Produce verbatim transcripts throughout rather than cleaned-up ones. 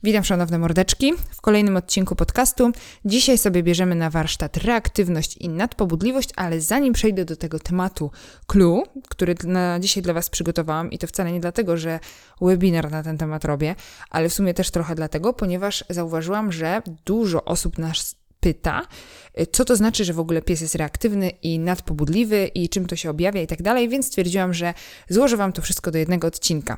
Witam szanowne mordeczki w kolejnym odcinku podcastu. Dzisiaj sobie bierzemy na warsztat reaktywność i nadpobudliwość, ale zanim przejdę do tego tematu clue, który na dzisiaj dla Was przygotowałam i to wcale nie dlatego, że webinar na ten temat robię, ale w sumie też trochę dlatego, ponieważ zauważyłam, że dużo osób nas pyta, co to znaczy, że w ogóle pies jest reaktywny i nadpobudliwy i czym to się objawia i tak dalej, więc stwierdziłam, że złożę Wam to wszystko do jednego odcinka.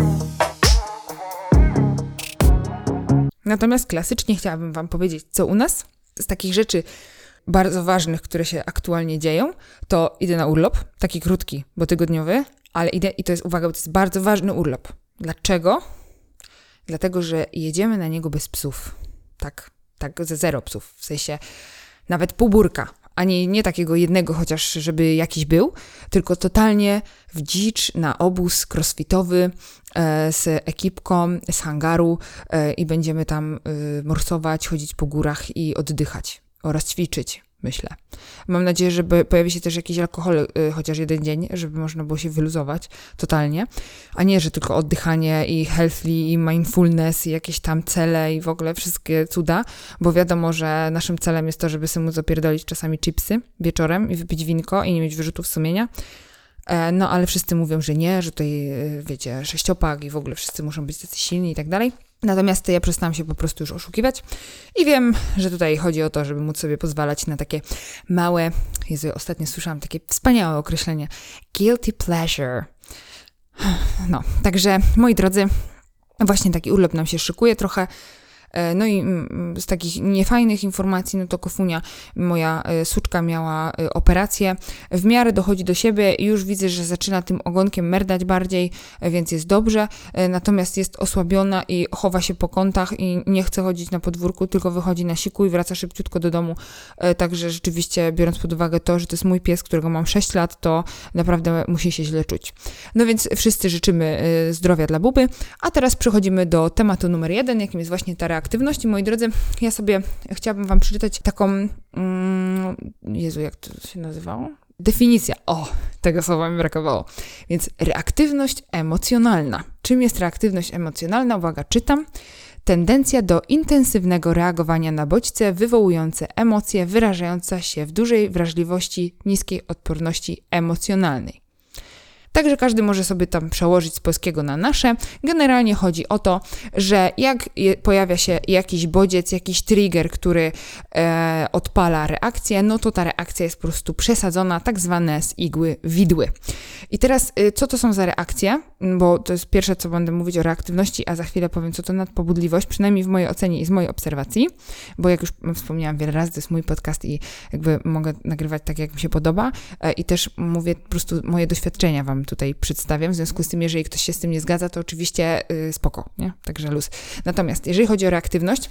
Natomiast klasycznie chciałabym Wam powiedzieć, co u nas. Z takich rzeczy bardzo ważnych, które się aktualnie dzieją, to idę na urlop, taki krótki, bo tygodniowy, ale idę i to jest, uwaga, to jest bardzo ważny urlop. Dlaczego? Dlatego, że jedziemy na niego bez psów. Tak, tak, ze zero psów, w sensie nawet pół burka. Ani nie takiego jednego, chociaż żeby jakiś był, tylko totalnie w dzicz na obóz crossfitowy e, z ekipką z hangaru e, i będziemy tam e, morsować, chodzić po górach i oddychać oraz ćwiczyć, myślę. Mam nadzieję, że pojawi się też jakiś alkohol e, chociaż jeden dzień, żeby można było się wyluzować totalnie, a nie, że tylko oddychanie i healthy i mindfulness i jakieś tam cele i w ogóle wszystkie cuda, bo wiadomo, że naszym celem jest to, żeby sobie móc opierdolić czasami chipsy wieczorem i wypić winko i nie mieć wyrzutów sumienia. E, no ale wszyscy mówią, że nie, że tutaj, wiecie, sześciopak i w ogóle wszyscy muszą być tacy silni i tak dalej. Natomiast ja przestałam się po prostu już oszukiwać i wiem, że tutaj chodzi o to, żeby móc sobie pozwalać na takie małe, Jezu, ostatnio słyszałam takie wspaniałe określenie, guilty pleasure. No, także moi drodzy, właśnie taki urlop nam się szykuje trochę. No i z takich niefajnych informacji, no to Kofunia, moja suczka miała operację, w miarę dochodzi do siebie i już widzę, że zaczyna tym ogonkiem merdać bardziej, więc jest dobrze, natomiast jest osłabiona i chowa się po kątach i nie chce chodzić na podwórku, tylko wychodzi na siku i wraca szybciutko do domu, także rzeczywiście biorąc pod uwagę to, że to jest mój pies, którego mam sześć lat, to naprawdę musi się źle czuć. No więc wszyscy życzymy zdrowia dla Buby, a teraz przechodzimy do tematu numer jeden, jakim jest właśnie ta reaktywność. I moi drodzy, ja sobie chciałabym Wam przeczytać taką, mm, Jezu, jak to się nazywało? Definicja. O, tego słowa mi brakowało. Więc reaktywność emocjonalna. Czym jest reaktywność emocjonalna? Uwaga, czytam. Tendencja do intensywnego reagowania na bodźce wywołujące emocje, wyrażająca się w dużej wrażliwości, niskiej odporności emocjonalnej. Także każdy może sobie tam przełożyć z polskiego na nasze. Generalnie chodzi o to, że jak je, pojawia się jakiś bodziec, jakiś trigger, który e, odpala reakcję, no to ta reakcja jest po prostu przesadzona, tak zwane z igły widły. I teraz e, co to są za reakcje? Bo to jest pierwsze, co będę mówić o reaktywności, a za chwilę powiem, co to nadpobudliwość, przynajmniej w mojej ocenie i z mojej obserwacji, bo jak już wspomniałam wiele razy, to jest mój podcast i jakby mogę nagrywać tak, jak mi się podoba e, i też mówię po prostu moje doświadczenia Wam tutaj przedstawiam, w związku z tym, jeżeli ktoś się z tym nie zgadza, to oczywiście yy, spoko, nie? Także luz. Natomiast jeżeli chodzi o reaktywność,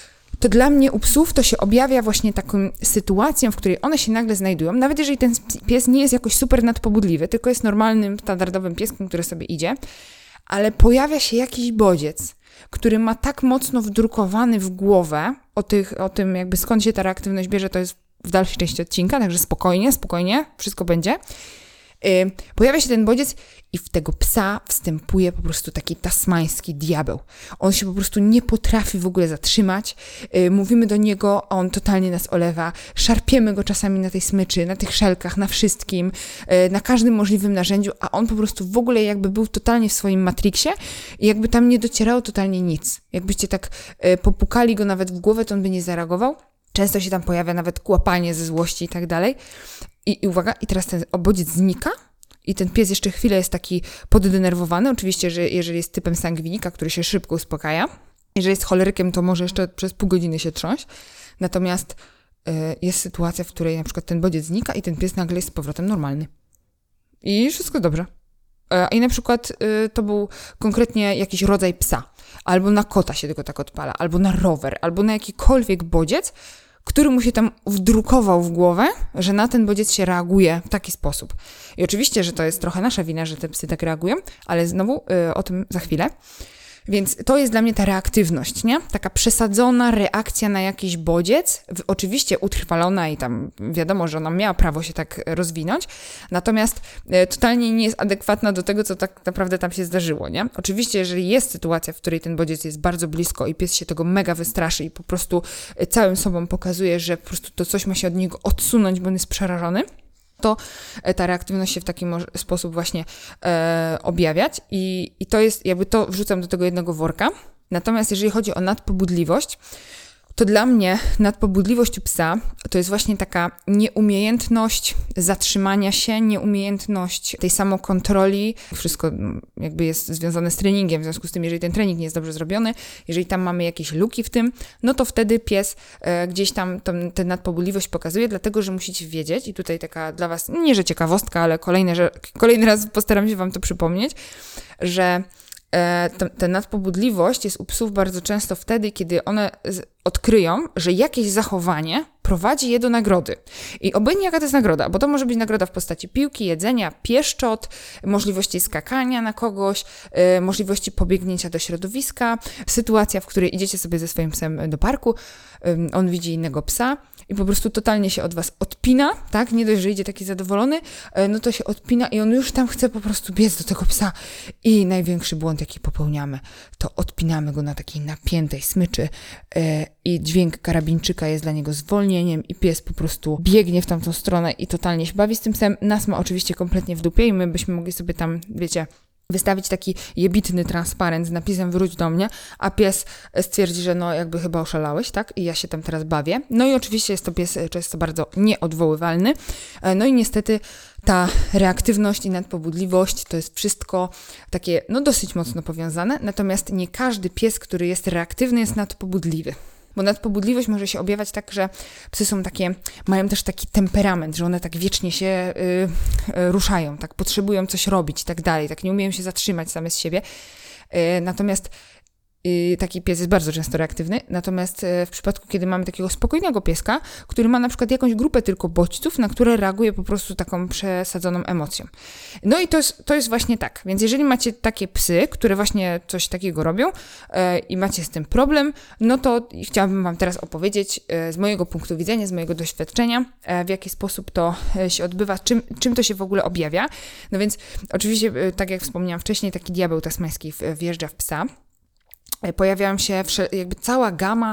to dla mnie u psów to się objawia właśnie taką sytuacją, w której one się nagle znajdują, nawet jeżeli ten pies nie jest jakoś super nadpobudliwy, tylko jest normalnym, standardowym pieskiem, który sobie idzie, ale pojawia się jakiś bodziec, który ma tak mocno wdrukowany w głowę, o, tych, o tym jakby skąd się ta reaktywność bierze, to jest w dalszej części odcinka, także spokojnie, spokojnie, wszystko będzie. Yy, pojawia się ten bodziec i w tego psa wstępuje po prostu taki tasmański diabeł. On się po prostu nie potrafi w ogóle zatrzymać. Yy, mówimy do niego, on totalnie nas olewa. Szarpiemy go czasami na tej smyczy, na tych szelkach, na wszystkim, yy, na każdym możliwym narzędziu, a on po prostu w ogóle jakby był totalnie w swoim matriksie i jakby tam nie docierało totalnie nic. Jakbyście tak yy, popukali go nawet w głowę, to on by nie zareagował. Często się tam pojawia nawet kłapanie ze złości i tak dalej. I, I uwaga, i teraz ten bodziec znika i ten pies jeszcze chwilę jest taki poddenerwowany. Oczywiście, że jeżeli jest typem sangwinika, który się szybko uspokaja. Jeżeli jest cholerykiem, to może jeszcze przez pół godziny się trząść. Natomiast y, jest sytuacja, w której na przykład ten bodziec znika i ten pies nagle jest z powrotem normalny. I wszystko dobrze. Y, I na przykład y, to był konkretnie jakiś rodzaj psa. Albo na kota się tylko tak odpala, albo na rower, albo na jakikolwiek bodziec, który mu się tam wdrukował w głowę, że na ten bodziec się reaguje w taki sposób. I oczywiście, że to jest trochę nasza wina, że te psy tak reagują, ale znowu y, o tym za chwilę. Więc to jest dla mnie ta reaktywność, nie? Taka przesadzona reakcja na jakiś bodziec, w, oczywiście utrwalona i tam wiadomo, że ona miała prawo się tak rozwinąć, natomiast e, totalnie nie jest adekwatna do tego, co tak naprawdę tam się zdarzyło, nie? Oczywiście, jeżeli jest sytuacja, w której ten bodziec jest bardzo blisko i pies się tego mega wystraszy i po prostu e, całym sobą pokazuje, że po prostu to coś ma się od niego odsunąć, bo on jest przerażony, to ta reaktywność się w taki mo- sposób właśnie e, objawiać i, i to jest, jakby to wrzucam do tego jednego worka. Natomiast jeżeli chodzi o nadpobudliwość, to dla mnie nadpobudliwość u psa to jest właśnie taka nieumiejętność zatrzymania się, nieumiejętność tej samokontroli. Wszystko jakby jest związane z treningiem, w związku z tym, jeżeli ten trening nie jest dobrze zrobiony, jeżeli tam mamy jakieś luki w tym, no to wtedy pies e, gdzieś tam tą, tę nadpobudliwość pokazuje, dlatego, że musicie wiedzieć i tutaj taka dla was, nie że ciekawostka, ale kolejne, że, kolejny raz postaram się wam to przypomnieć, że ta nadpobudliwość jest u psów bardzo często wtedy, kiedy one odkryją, że jakieś zachowanie prowadzi je do nagrody. I obojętnie jaka to jest nagroda, bo to może być nagroda w postaci piłki, jedzenia, pieszczot, możliwości skakania na kogoś, yy, możliwości pobiegnięcia do środowiska, sytuacja, w której idziecie sobie ze swoim psem do parku, yy, on widzi innego psa i po prostu totalnie się od was odpina, tak? Nie dość, że idzie taki zadowolony, yy, no to się odpina i on już tam chce po prostu biec do tego psa. I największy błąd, jaki popełniamy, to odpinamy go na takiej napiętej smyczy yy, i dźwięk karabinczyka jest dla niego zwolnieniem i pies po prostu biegnie w tamtą stronę i totalnie się bawi z tym psem. Nas ma oczywiście kompletnie w dupie i my byśmy mogli sobie tam, wiecie, wystawić taki jebitny transparent z napisem wróć do mnie, a pies stwierdzi, że no jakby chyba oszalałeś, tak? I ja się tam teraz bawię. No i oczywiście jest to pies często bardzo nieodwoływalny. No i niestety ta reaktywność i nadpobudliwość to jest wszystko takie, no dosyć mocno powiązane, natomiast nie każdy pies, który jest reaktywny, jest nadpobudliwy. Bo nadpobudliwość może się objawiać tak, że psy są takie, mają też taki temperament, że one tak wiecznie się y, y, ruszają, tak potrzebują coś robić i tak dalej, tak nie umieją się zatrzymać same z siebie. Y, natomiast y, taki pies jest bardzo często reaktywny, natomiast y, w przypadku, kiedy mamy takiego spokojnego pieska, który ma na przykład jakąś grupę tylko bodźców, na które reaguje po prostu taką przesadzoną emocją. No i to jest, to jest właśnie tak. Więc jeżeli macie takie psy, które właśnie coś takiego robią y, i macie z tym problem, no to chciałabym wam teraz opowiedzieć y, z mojego punktu widzenia, z mojego doświadczenia, y, w jaki sposób to y, się odbywa, czym, czym to się w ogóle objawia. No więc oczywiście, y, tak jak wspomniałam wcześniej, taki diabeł tasmański wjeżdża w psa. Pojawiają się jakby cała gama,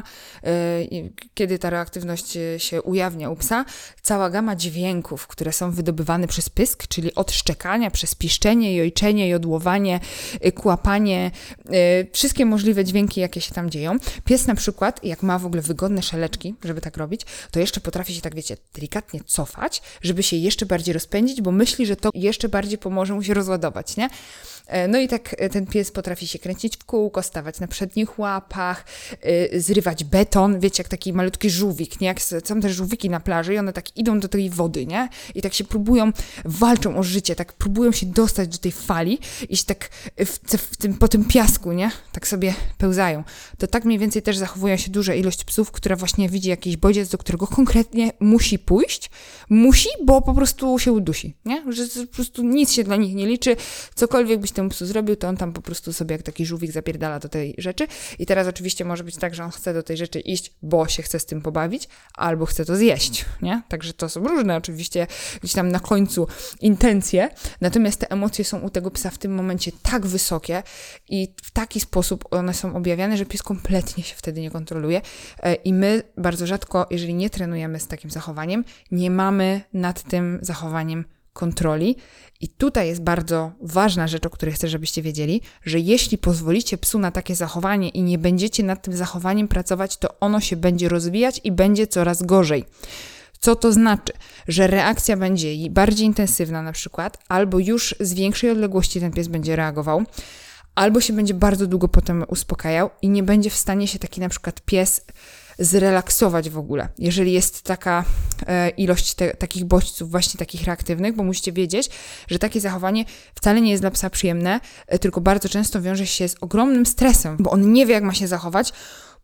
kiedy ta reaktywność się ujawnia u psa, cała gama dźwięków, które są wydobywane przez pysk, czyli od szczekania, przez piszczenie, jojczenie, jodłowanie, kłapanie, wszystkie możliwe dźwięki, jakie się tam dzieją. Pies na przykład, jak ma w ogóle wygodne szeleczki, żeby tak robić, to jeszcze potrafi się tak, wiecie, delikatnie cofać, żeby się jeszcze bardziej rozpędzić, bo myśli, że to jeszcze bardziej pomoże mu się rozładować, nie? No i tak ten pies potrafi się kręcić w kółko, stawać na przednich łapach, yy, zrywać beton, wiecie, jak taki malutki żółwik, nie? Jak są te żółwiki na plaży i one tak idą do tej wody, nie? I tak się próbują, walczą o życie, tak próbują się dostać do tej fali i się tak w, w tym, po tym piasku, nie? Tak sobie pełzają. To tak mniej więcej też zachowuje się duża ilość psów, która właśnie widzi jakiś bodziec, do którego konkretnie musi pójść, musi, bo po prostu się udusi, nie? Że po prostu nic się dla nich nie liczy, cokolwiek byś temu psu zrobił, to on tam po prostu sobie jak taki żółwik zapierdala do tej rzeczy. I teraz oczywiście może być tak, że on chce do tej rzeczy iść, bo się chce z tym pobawić, albo chce to zjeść, nie? Także to są różne oczywiście gdzieś tam na końcu intencje, natomiast te emocje są u tego psa w tym momencie tak wysokie i w taki sposób one są objawiane, że pies kompletnie się wtedy nie kontroluje i my bardzo rzadko, jeżeli nie trenujemy z takim zachowaniem, nie mamy nad tym zachowaniem kontroli. I tutaj jest bardzo ważna rzecz, o której chcę, żebyście wiedzieli, że jeśli pozwolicie psu na takie zachowanie i nie będziecie nad tym zachowaniem pracować, to ono się będzie rozwijać i będzie coraz gorzej. Co to znaczy? Że reakcja będzie bardziej intensywna na przykład, albo już z większej odległości ten pies będzie reagował, albo się będzie bardzo długo potem uspokajał i nie będzie w stanie się taki na przykład pies zrelaksować w ogóle, jeżeli jest taka e, ilość te, takich bodźców, właśnie takich reaktywnych, bo musicie wiedzieć, że takie zachowanie wcale nie jest dla psa przyjemne, e, tylko bardzo często wiąże się z ogromnym stresem, bo on nie wie, jak ma się zachować,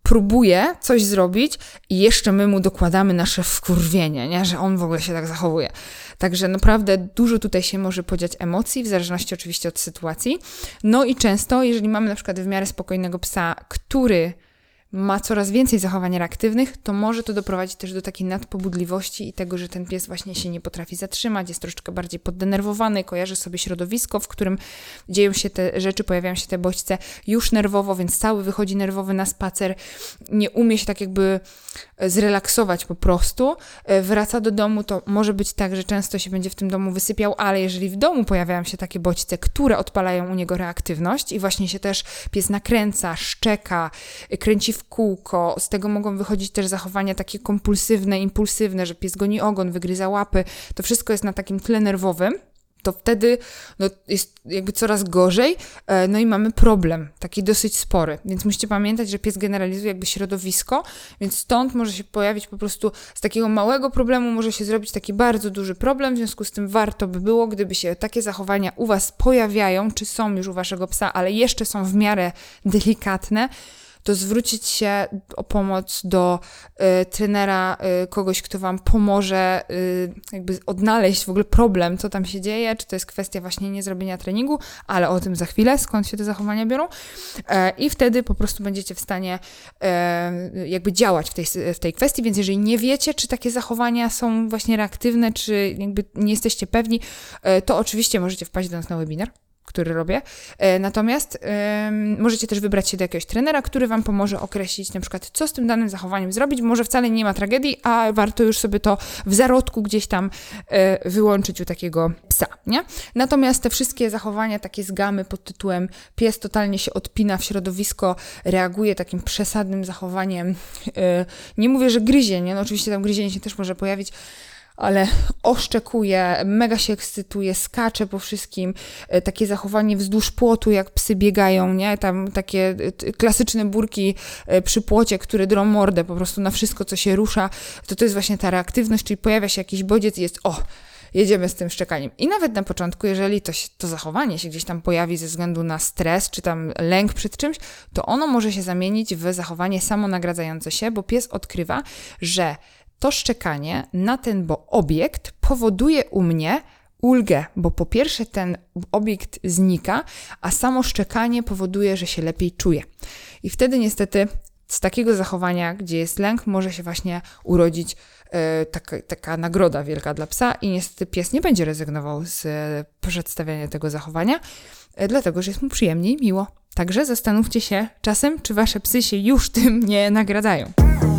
próbuje coś zrobić i jeszcze my mu dokładamy nasze wkurwienie, nie? Że on w ogóle się tak zachowuje. Także naprawdę dużo tutaj się może podziać emocji, w zależności oczywiście od sytuacji. No i często, jeżeli mamy na przykład w miarę spokojnego psa, który ma coraz więcej zachowań reaktywnych, to może to doprowadzić też do takiej nadpobudliwości i tego, że ten pies właśnie się nie potrafi zatrzymać, jest troszeczkę bardziej poddenerwowany, kojarzy sobie środowisko, w którym dzieją się te rzeczy, pojawiają się te bodźce już nerwowo, więc cały wychodzi nerwowy na spacer, nie umie się tak jakby zrelaksować po prostu, wraca do domu, to może być tak, że często się będzie w tym domu wysypiał, ale jeżeli w domu pojawiają się takie bodźce, które odpalają u niego reaktywność i właśnie się też pies nakręca, szczeka, kręci w kółko, z tego mogą wychodzić też zachowania takie kompulsywne, impulsywne, że pies goni ogon, wygryza łapy, to wszystko jest na takim tle nerwowym, to wtedy no, jest jakby coraz gorzej, no i mamy problem, taki dosyć spory. Więc musicie pamiętać, że pies generalizuje jakby środowisko, więc stąd może się pojawić po prostu z takiego małego problemu może się zrobić taki bardzo duży problem, w związku z tym warto by było, gdyby się takie zachowania u was pojawiają, czy są już u waszego psa, ale jeszcze są w miarę delikatne, to zwrócić się o pomoc do y, trenera, y, kogoś, kto wam pomoże y, jakby odnaleźć w ogóle problem, co tam się dzieje, czy to jest kwestia właśnie niezrobienia treningu, ale o tym za chwilę, skąd się te zachowania biorą. E, I wtedy po prostu będziecie w stanie e, jakby działać w tej, w tej kwestii, więc jeżeli nie wiecie, czy takie zachowania są właśnie reaktywne, czy jakby nie jesteście pewni, e, to oczywiście możecie wpaść do nas na webinar, który robię. Natomiast ym, możecie też wybrać się do jakiegoś trenera, który wam pomoże określić na przykład, co z tym danym zachowaniem zrobić. Może wcale nie ma tragedii, a warto już sobie to w zarodku gdzieś tam y, wyłączyć u takiego psa, nie? Natomiast te wszystkie zachowania takie z gamy pod tytułem pies totalnie się odpina w środowisko, reaguje takim przesadnym zachowaniem. Y, nie mówię, że gryzie, nie? No oczywiście tam gryzienie się też może pojawić, ale oszczekuje, mega się ekscytuje, skacze po wszystkim, takie zachowanie wzdłuż płotu, jak psy biegają, nie? Tam takie klasyczne burki przy płocie, które drą mordę po prostu na wszystko, co się rusza, to to jest właśnie ta reaktywność, czyli pojawia się jakiś bodziec i jest o, jedziemy z tym szczekaniem. I nawet na początku, jeżeli to, się, to zachowanie się gdzieś tam pojawi ze względu na stres, czy tam lęk przed czymś, to ono może się zamienić w zachowanie samonagradzające się, bo pies odkrywa, że to szczekanie na ten bo obiekt powoduje u mnie ulgę, bo po pierwsze ten obiekt znika, a samo szczekanie powoduje, że się lepiej czuję. I wtedy niestety z takiego zachowania, gdzie jest lęk, może się właśnie urodzić e, taka, taka nagroda wielka dla psa i niestety pies nie będzie rezygnował z e, przedstawiania tego zachowania, e, dlatego że jest mu przyjemnie i miło. Także zastanówcie się czasem, czy wasze psy się już tym nie nagradzają.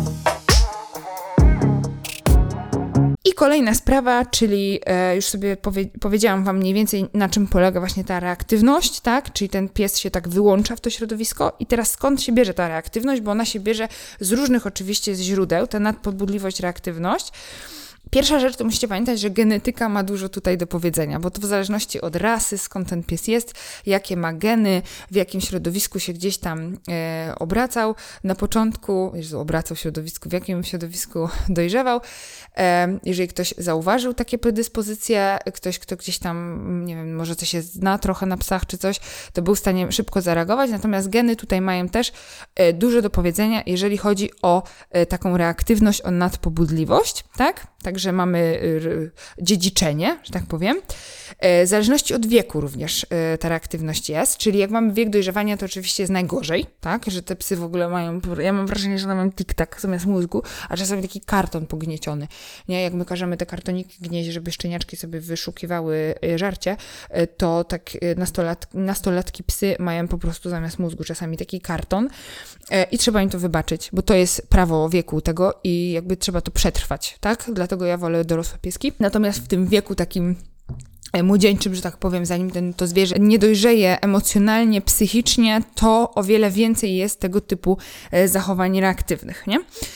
I kolejna sprawa, czyli e, już sobie powie, powiedziałam wam mniej więcej, na czym polega właśnie ta reaktywność, tak? Czyli ten pies się tak wyłącza w to środowisko i teraz skąd się bierze ta reaktywność? Bo ona się bierze z różnych oczywiście źródeł, ta nadpobudliwość, reaktywność. Pierwsza rzecz, to musicie pamiętać, że genetyka ma dużo tutaj do powiedzenia, bo to w zależności od rasy, skąd ten pies jest, jakie ma geny, w jakim środowisku się gdzieś tam e, obracał na początku, Jezu, obracał w środowisku, w jakim środowisku dojrzewał. E, jeżeli ktoś zauważył takie predyspozycje, ktoś, kto gdzieś tam, nie wiem, może coś się zna trochę na psach czy coś, to był w stanie szybko zareagować, natomiast geny tutaj mają też e, dużo do powiedzenia, jeżeli chodzi o e, taką reaktywność, o nadpobudliwość, tak? Także mamy y, dziedziczenie, że tak powiem. E, w zależności od wieku również e, ta reaktywność jest, czyli jak mamy wiek dojrzewania, to oczywiście jest najgorzej, tak, że te psy w ogóle mają, ja mam wrażenie, że one mają tik-tak zamiast mózgu, a czasami taki karton pognieciony, nie, jak my każemy te kartoniki gnieść, żeby szczeniaczki sobie wyszukiwały e, żarcie, e, to tak e, nastolat, nastolatki psy mają po prostu zamiast mózgu czasami taki karton e, i trzeba im to wybaczyć, bo to jest prawo wieku tego i jakby trzeba to przetrwać, tak, dlatego ja wolę dorosłe pieski. Natomiast w tym wieku takim młodzieńczym, że tak powiem, zanim ten, to zwierzę nie dojrzeje emocjonalnie, psychicznie, to o wiele więcej jest tego typu zachowań reaktywnych, nie?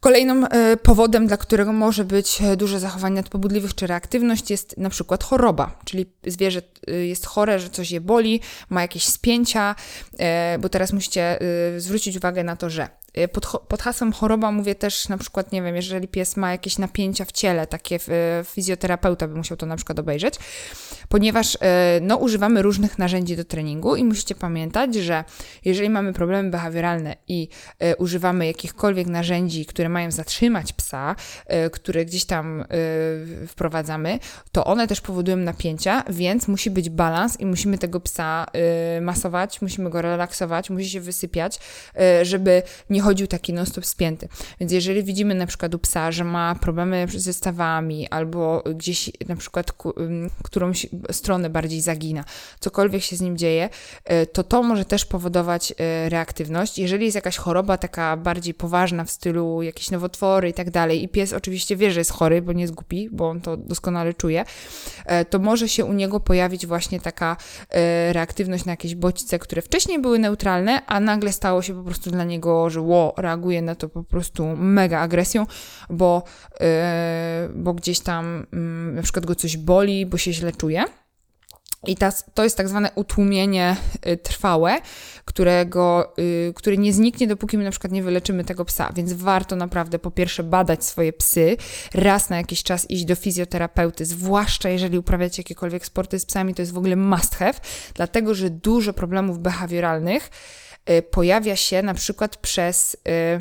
Kolejnym e, powodem, dla którego może być duże zachowanie nadpobudliwych czy reaktywność jest na przykład choroba, czyli zwierzę e, jest chore, że coś je boli, ma jakieś spięcia, e, bo teraz musicie e, zwrócić uwagę na to, że Pod, pod hasłem choroba mówię też na przykład, nie wiem, jeżeli pies ma jakieś napięcia w ciele, takie fizjoterapeuta by musiał to na przykład obejrzeć, ponieważ no, używamy różnych narzędzi do treningu i musicie pamiętać, że jeżeli mamy problemy behawioralne i y, używamy jakichkolwiek narzędzi, które mają zatrzymać psa, y, które gdzieś tam y, wprowadzamy, to one też powodują napięcia, więc musi być balans i musimy tego psa y, masować, musimy go relaksować, musi się wysypiać, y, żeby nie chodził taki non-stop spięty. Więc jeżeli widzimy na przykład u psa, że ma problemy ze stawami albo gdzieś na przykład ku, którąś stronę bardziej zagina, cokolwiek się z nim dzieje, to to może też powodować reaktywność. Jeżeli jest jakaś choroba taka bardziej poważna w stylu jakieś nowotwory i tak dalej i pies oczywiście wie, że jest chory, bo nie jest głupi, bo on to doskonale czuje, to może się u niego pojawić właśnie taka reaktywność na jakieś bodźce, które wcześniej były neutralne, a nagle stało się po prostu dla niego, że ło, reaguje na to po prostu mega agresją, bo, yy, bo gdzieś tam yy, na przykład go coś boli, bo się źle czuje. I ta, to jest tak zwane utłumienie y, trwałe, którego, y, które nie zniknie, dopóki my na przykład nie wyleczymy tego psa. Więc warto naprawdę po pierwsze badać swoje psy, raz na jakiś czas iść do fizjoterapeuty, zwłaszcza jeżeli uprawiacie jakiekolwiek sporty z psami, to jest w ogóle must have, dlatego że dużo problemów behawioralnych y, pojawia się na przykład przez... Y,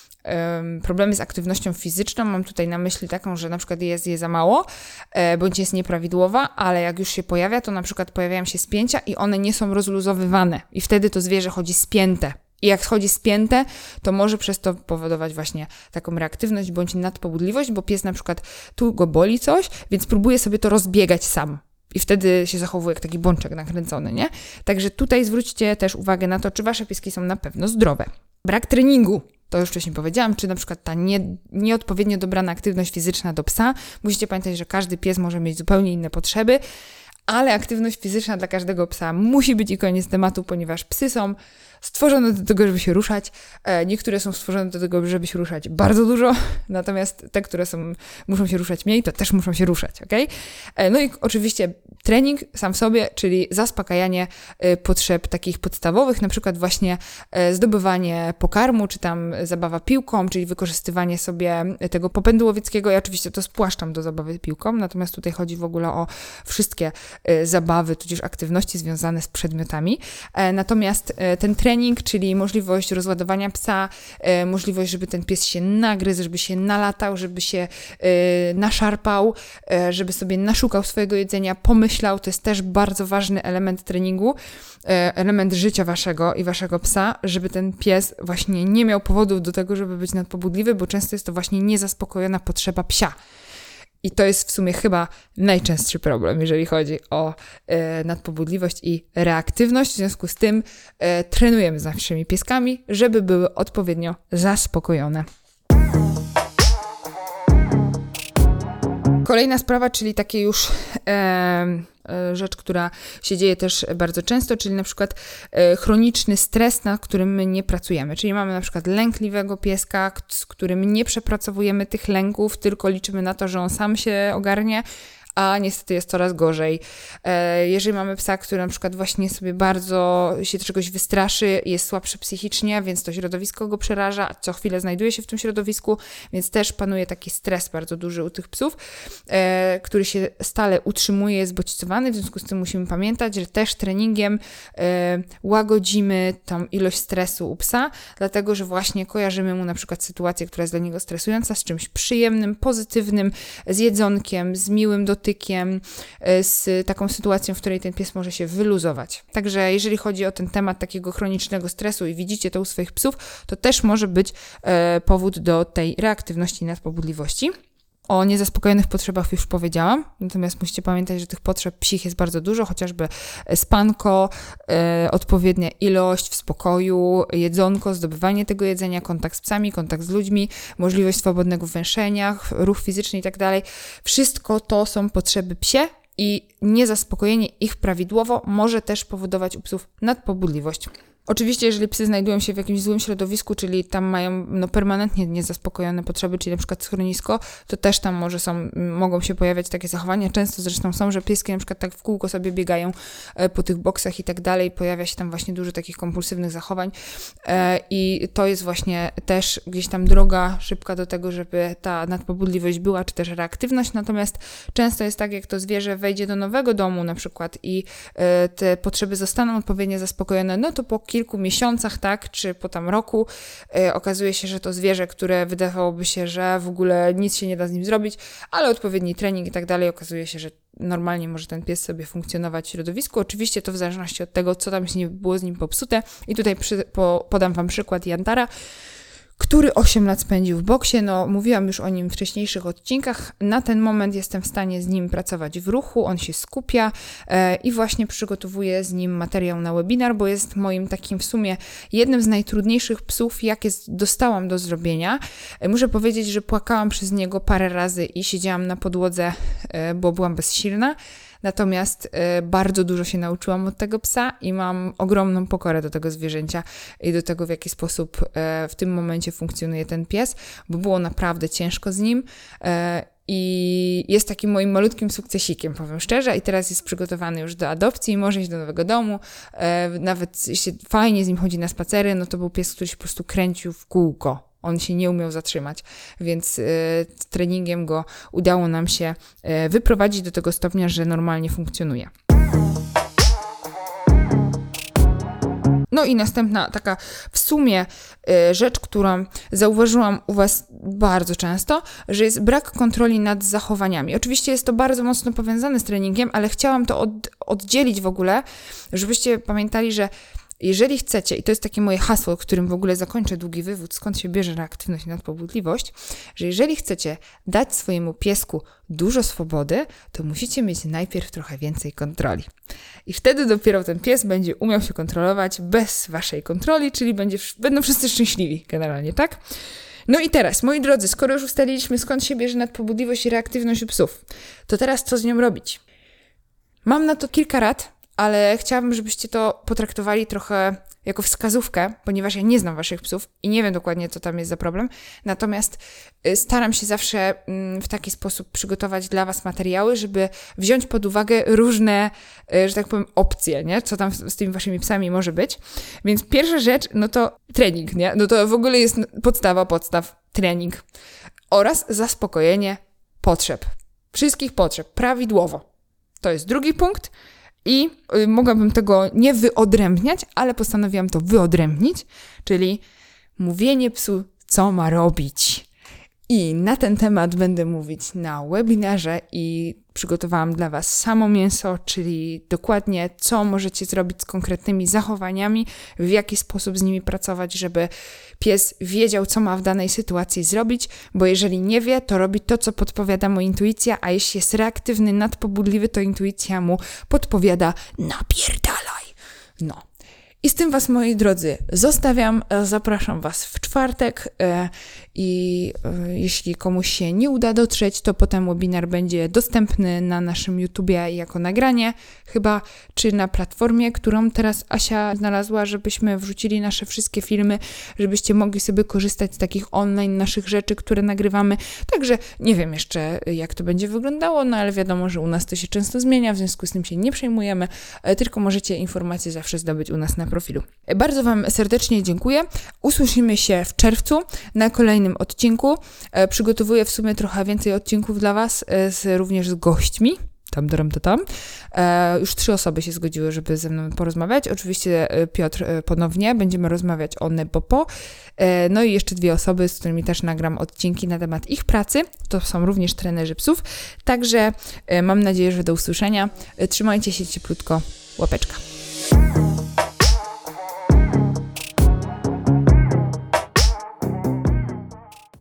problemy z aktywnością fizyczną. Mam tutaj na myśli taką, że na przykład jest je za mało, bądź jest nieprawidłowa, ale jak już się pojawia, to na przykład pojawiają się spięcia i one nie są rozluzowywane i wtedy to zwierzę chodzi spięte. I jak chodzi spięte, to może przez to powodować właśnie taką reaktywność bądź nadpobudliwość, bo pies na przykład tu go boli coś, więc próbuje sobie to rozbiegać sam. I wtedy się zachowuje jak taki bączek nakręcony, nie? Także tutaj zwróćcie też uwagę na to, czy wasze pieski są na pewno zdrowe. Brak treningu. To już wcześniej powiedziałam, czy na przykład ta nie, nieodpowiednio dobrana aktywność fizyczna do psa. Musicie pamiętać, że każdy pies może mieć zupełnie inne potrzeby, ale aktywność fizyczna dla każdego psa musi być i koniec tematu, ponieważ psy są stworzone do tego, żeby się ruszać. Niektóre są stworzone do tego, żeby się ruszać bardzo dużo, natomiast te, które są, muszą się ruszać mniej, to też muszą się ruszać, okej? No i oczywiście trening sam w sobie, czyli zaspokajanie potrzeb takich podstawowych, na przykład właśnie zdobywanie pokarmu, czy tam zabawa piłką, czyli wykorzystywanie sobie tego popędu łowieckiego. Ja oczywiście to spłaszczam do zabawy piłką, natomiast tutaj chodzi w ogóle o wszystkie zabawy, tudzież aktywności związane z przedmiotami. Natomiast ten trening, czyli możliwość rozładowania psa, e, możliwość, żeby ten pies się nagryzł, żeby się nalatał, żeby się e, naszarpał, e, żeby sobie naszukał swojego jedzenia, pomyślał, to jest też bardzo ważny element treningu, e, element życia waszego i waszego psa, żeby ten pies właśnie nie miał powodów do tego, żeby być nadpobudliwy, bo często jest to właśnie niezaspokojona potrzeba psia. I to jest w sumie chyba najczęstszy problem, jeżeli chodzi o e, nadpobudliwość i reaktywność. W związku z tym e, trenujemy z naszymi pieskami, żeby były odpowiednio zaspokojone. Kolejna sprawa, czyli takie już e, rzecz, która się dzieje też bardzo często, czyli na przykład e, chroniczny stres, nad którym my nie pracujemy. Czyli mamy na przykład lękliwego pieska, z którym nie przepracowujemy tych lęków, tylko liczymy na to, że on sam się ogarnie, a niestety jest coraz gorzej. E, jeżeli mamy psa, który na przykład właśnie sobie bardzo się czegoś wystraszy, jest słabszy psychicznie, więc to środowisko go przeraża, co chwilę znajduje się w tym środowisku, więc też panuje taki stres bardzo duży u tych psów, e, który się stale utrzymuje, jest bodźcowany, w związku z tym musimy pamiętać, że też treningiem e, łagodzimy tą ilość stresu u psa, dlatego, że właśnie kojarzymy mu na przykład sytuację, która jest dla niego stresująca, z czymś przyjemnym, pozytywnym, z jedzonkiem, z miłym dotykiem, z taką sytuacją, w której ten pies może się wyluzować. Także jeżeli chodzi o ten temat takiego chronicznego stresu i widzicie to u swoich psów, to też może być e, powód do tej reaktywności i nadpobudliwości. O niezaspokojonych potrzebach już powiedziałam, natomiast musicie pamiętać, że tych potrzeb psich jest bardzo dużo, chociażby spanko, e, odpowiednia ilość w spokoju, jedzonko, zdobywanie tego jedzenia, kontakt z psami, kontakt z ludźmi, możliwość swobodnego węszenia, ruch fizyczny i tak dalej. Wszystko to są potrzeby psie i niezaspokojenie ich prawidłowo może też powodować u psów nadpobudliwość. Oczywiście, jeżeli psy znajdują się w jakimś złym środowisku, czyli tam mają no, permanentnie niezaspokojone potrzeby, czyli na przykład schronisko, to też tam może są, mogą się pojawiać takie zachowania. Często zresztą są, że pieski na przykład tak w kółko sobie biegają po tych boksach i tak dalej. Pojawia się tam właśnie dużo takich kompulsywnych zachowań i to jest właśnie też gdzieś tam droga szybka do tego, żeby ta nadpobudliwość była, czy też reaktywność. Natomiast często jest tak, jak to zwierzę wejdzie do nowego domu na przykład i te potrzeby zostaną odpowiednio zaspokojone, no to po kilku miesiącach, tak, czy po tam roku e, okazuje się, że to zwierzę, które wydawałoby się, że w ogóle nic się nie da z nim zrobić, ale odpowiedni trening i tak dalej, okazuje się, że normalnie może ten pies sobie funkcjonować w środowisku. Oczywiście to w zależności od tego, co tam się nie było z nim popsute. I tutaj przy, po, podam wam przykład Yantara, który osiem lat spędził w boksie. No, mówiłam już o nim w wcześniejszych odcinkach. Na ten moment jestem w stanie z nim pracować w ruchu, on się skupia e, i właśnie przygotowuję z nim materiał na webinar, bo jest moim takim w sumie jednym z najtrudniejszych psów, jakie dostałam do zrobienia. E, muszę powiedzieć, że płakałam przez niego parę razy i siedziałam na podłodze, e, bo byłam bezsilna. Natomiast y, bardzo dużo się nauczyłam od tego psa i mam ogromną pokorę do tego zwierzęcia i do tego, w jaki sposób y, w tym momencie funkcjonuje ten pies, bo było naprawdę ciężko z nim. Y, I jest takim moim malutkim sukcesikiem, powiem szczerze, i teraz jest przygotowany już do adopcji, może iść do nowego domu, e, nawet jeśli fajnie z nim chodzi na spacery, no to był pies, który się po prostu kręcił w kółko. On się nie umiał zatrzymać, więc e, treningiem go udało nam się e, wyprowadzić do tego stopnia, że normalnie funkcjonuje. No i następna taka w sumie y, rzecz, którą zauważyłam u Was bardzo często, że jest brak kontroli nad zachowaniami. Oczywiście jest to bardzo mocno powiązane z treningiem, ale chciałam to od, oddzielić w ogóle, żebyście pamiętali, że jeżeli chcecie, i to jest takie moje hasło, którym w ogóle zakończę długi wywód, skąd się bierze reaktywność i nadpobudliwość, że jeżeli chcecie dać swojemu piesku dużo swobody, to musicie mieć najpierw trochę więcej kontroli. I wtedy dopiero ten pies będzie umiał się kontrolować bez waszej kontroli, czyli będzie, będą wszyscy szczęśliwi generalnie, tak? No i teraz, moi drodzy, skoro już ustaliliśmy, skąd się bierze nadpobudliwość i reaktywność u psów, to teraz co z nią robić? Mam na to kilka rad, ale chciałabym, żebyście to potraktowali trochę jako wskazówkę, ponieważ ja nie znam waszych psów i nie wiem dokładnie, co tam jest za problem. Natomiast staram się zawsze w taki sposób przygotować dla was materiały, żeby wziąć pod uwagę różne, że tak powiem, opcje, nie? Co tam z tymi waszymi psami może być. Więc pierwsza rzecz, no to trening, nie? No to w ogóle jest podstawa podstaw, trening oraz zaspokojenie potrzeb. Wszystkich potrzeb, prawidłowo. To jest drugi punkt. I y, mogłabym tego nie wyodrębniać, ale postanowiłam to wyodrębnić, czyli mówienie psu, co ma robić. I na ten temat będę mówić na webinarze i przygotowałam dla was samo mięso, czyli dokładnie co możecie zrobić z konkretnymi zachowaniami, w jaki sposób z nimi pracować, żeby pies wiedział, co ma w danej sytuacji zrobić, bo jeżeli nie wie, to robi to, co podpowiada mu intuicja, a jeśli jest reaktywny, nadpobudliwy, to intuicja mu podpowiada napierdalaj. No. I z tym was, moi drodzy, zostawiam. Zapraszam was w czwartek e, i e, jeśli komuś się nie uda dotrzeć, to potem webinar będzie dostępny na naszym YouTubie jako nagranie chyba, czy na platformie, którą teraz Asia znalazła, żebyśmy wrzucili nasze wszystkie filmy, żebyście mogli sobie korzystać z takich online naszych rzeczy, które nagrywamy. Także nie wiem jeszcze, jak to będzie wyglądało, no ale wiadomo, że u nas to się często zmienia, w związku z tym się nie przejmujemy, e, tylko możecie informacje zawsze zdobyć u nas na profilu. Bardzo wam serdecznie dziękuję. Usłyszymy się w czerwcu na kolejnym odcinku. E, przygotowuję w sumie trochę więcej odcinków dla was, e, z, również z gośćmi. Tam, tam, tam, tam. E, już trzy osoby się zgodziły, żeby ze mną porozmawiać. Oczywiście e, Piotr e, ponownie. Będziemy rozmawiać o Nebopo. E, no i jeszcze dwie osoby, z którymi też nagram odcinki na temat ich pracy. To są również trenerzy psów. Także e, mam nadzieję, że do usłyszenia. E, trzymajcie się cieplutko. Łapeczka.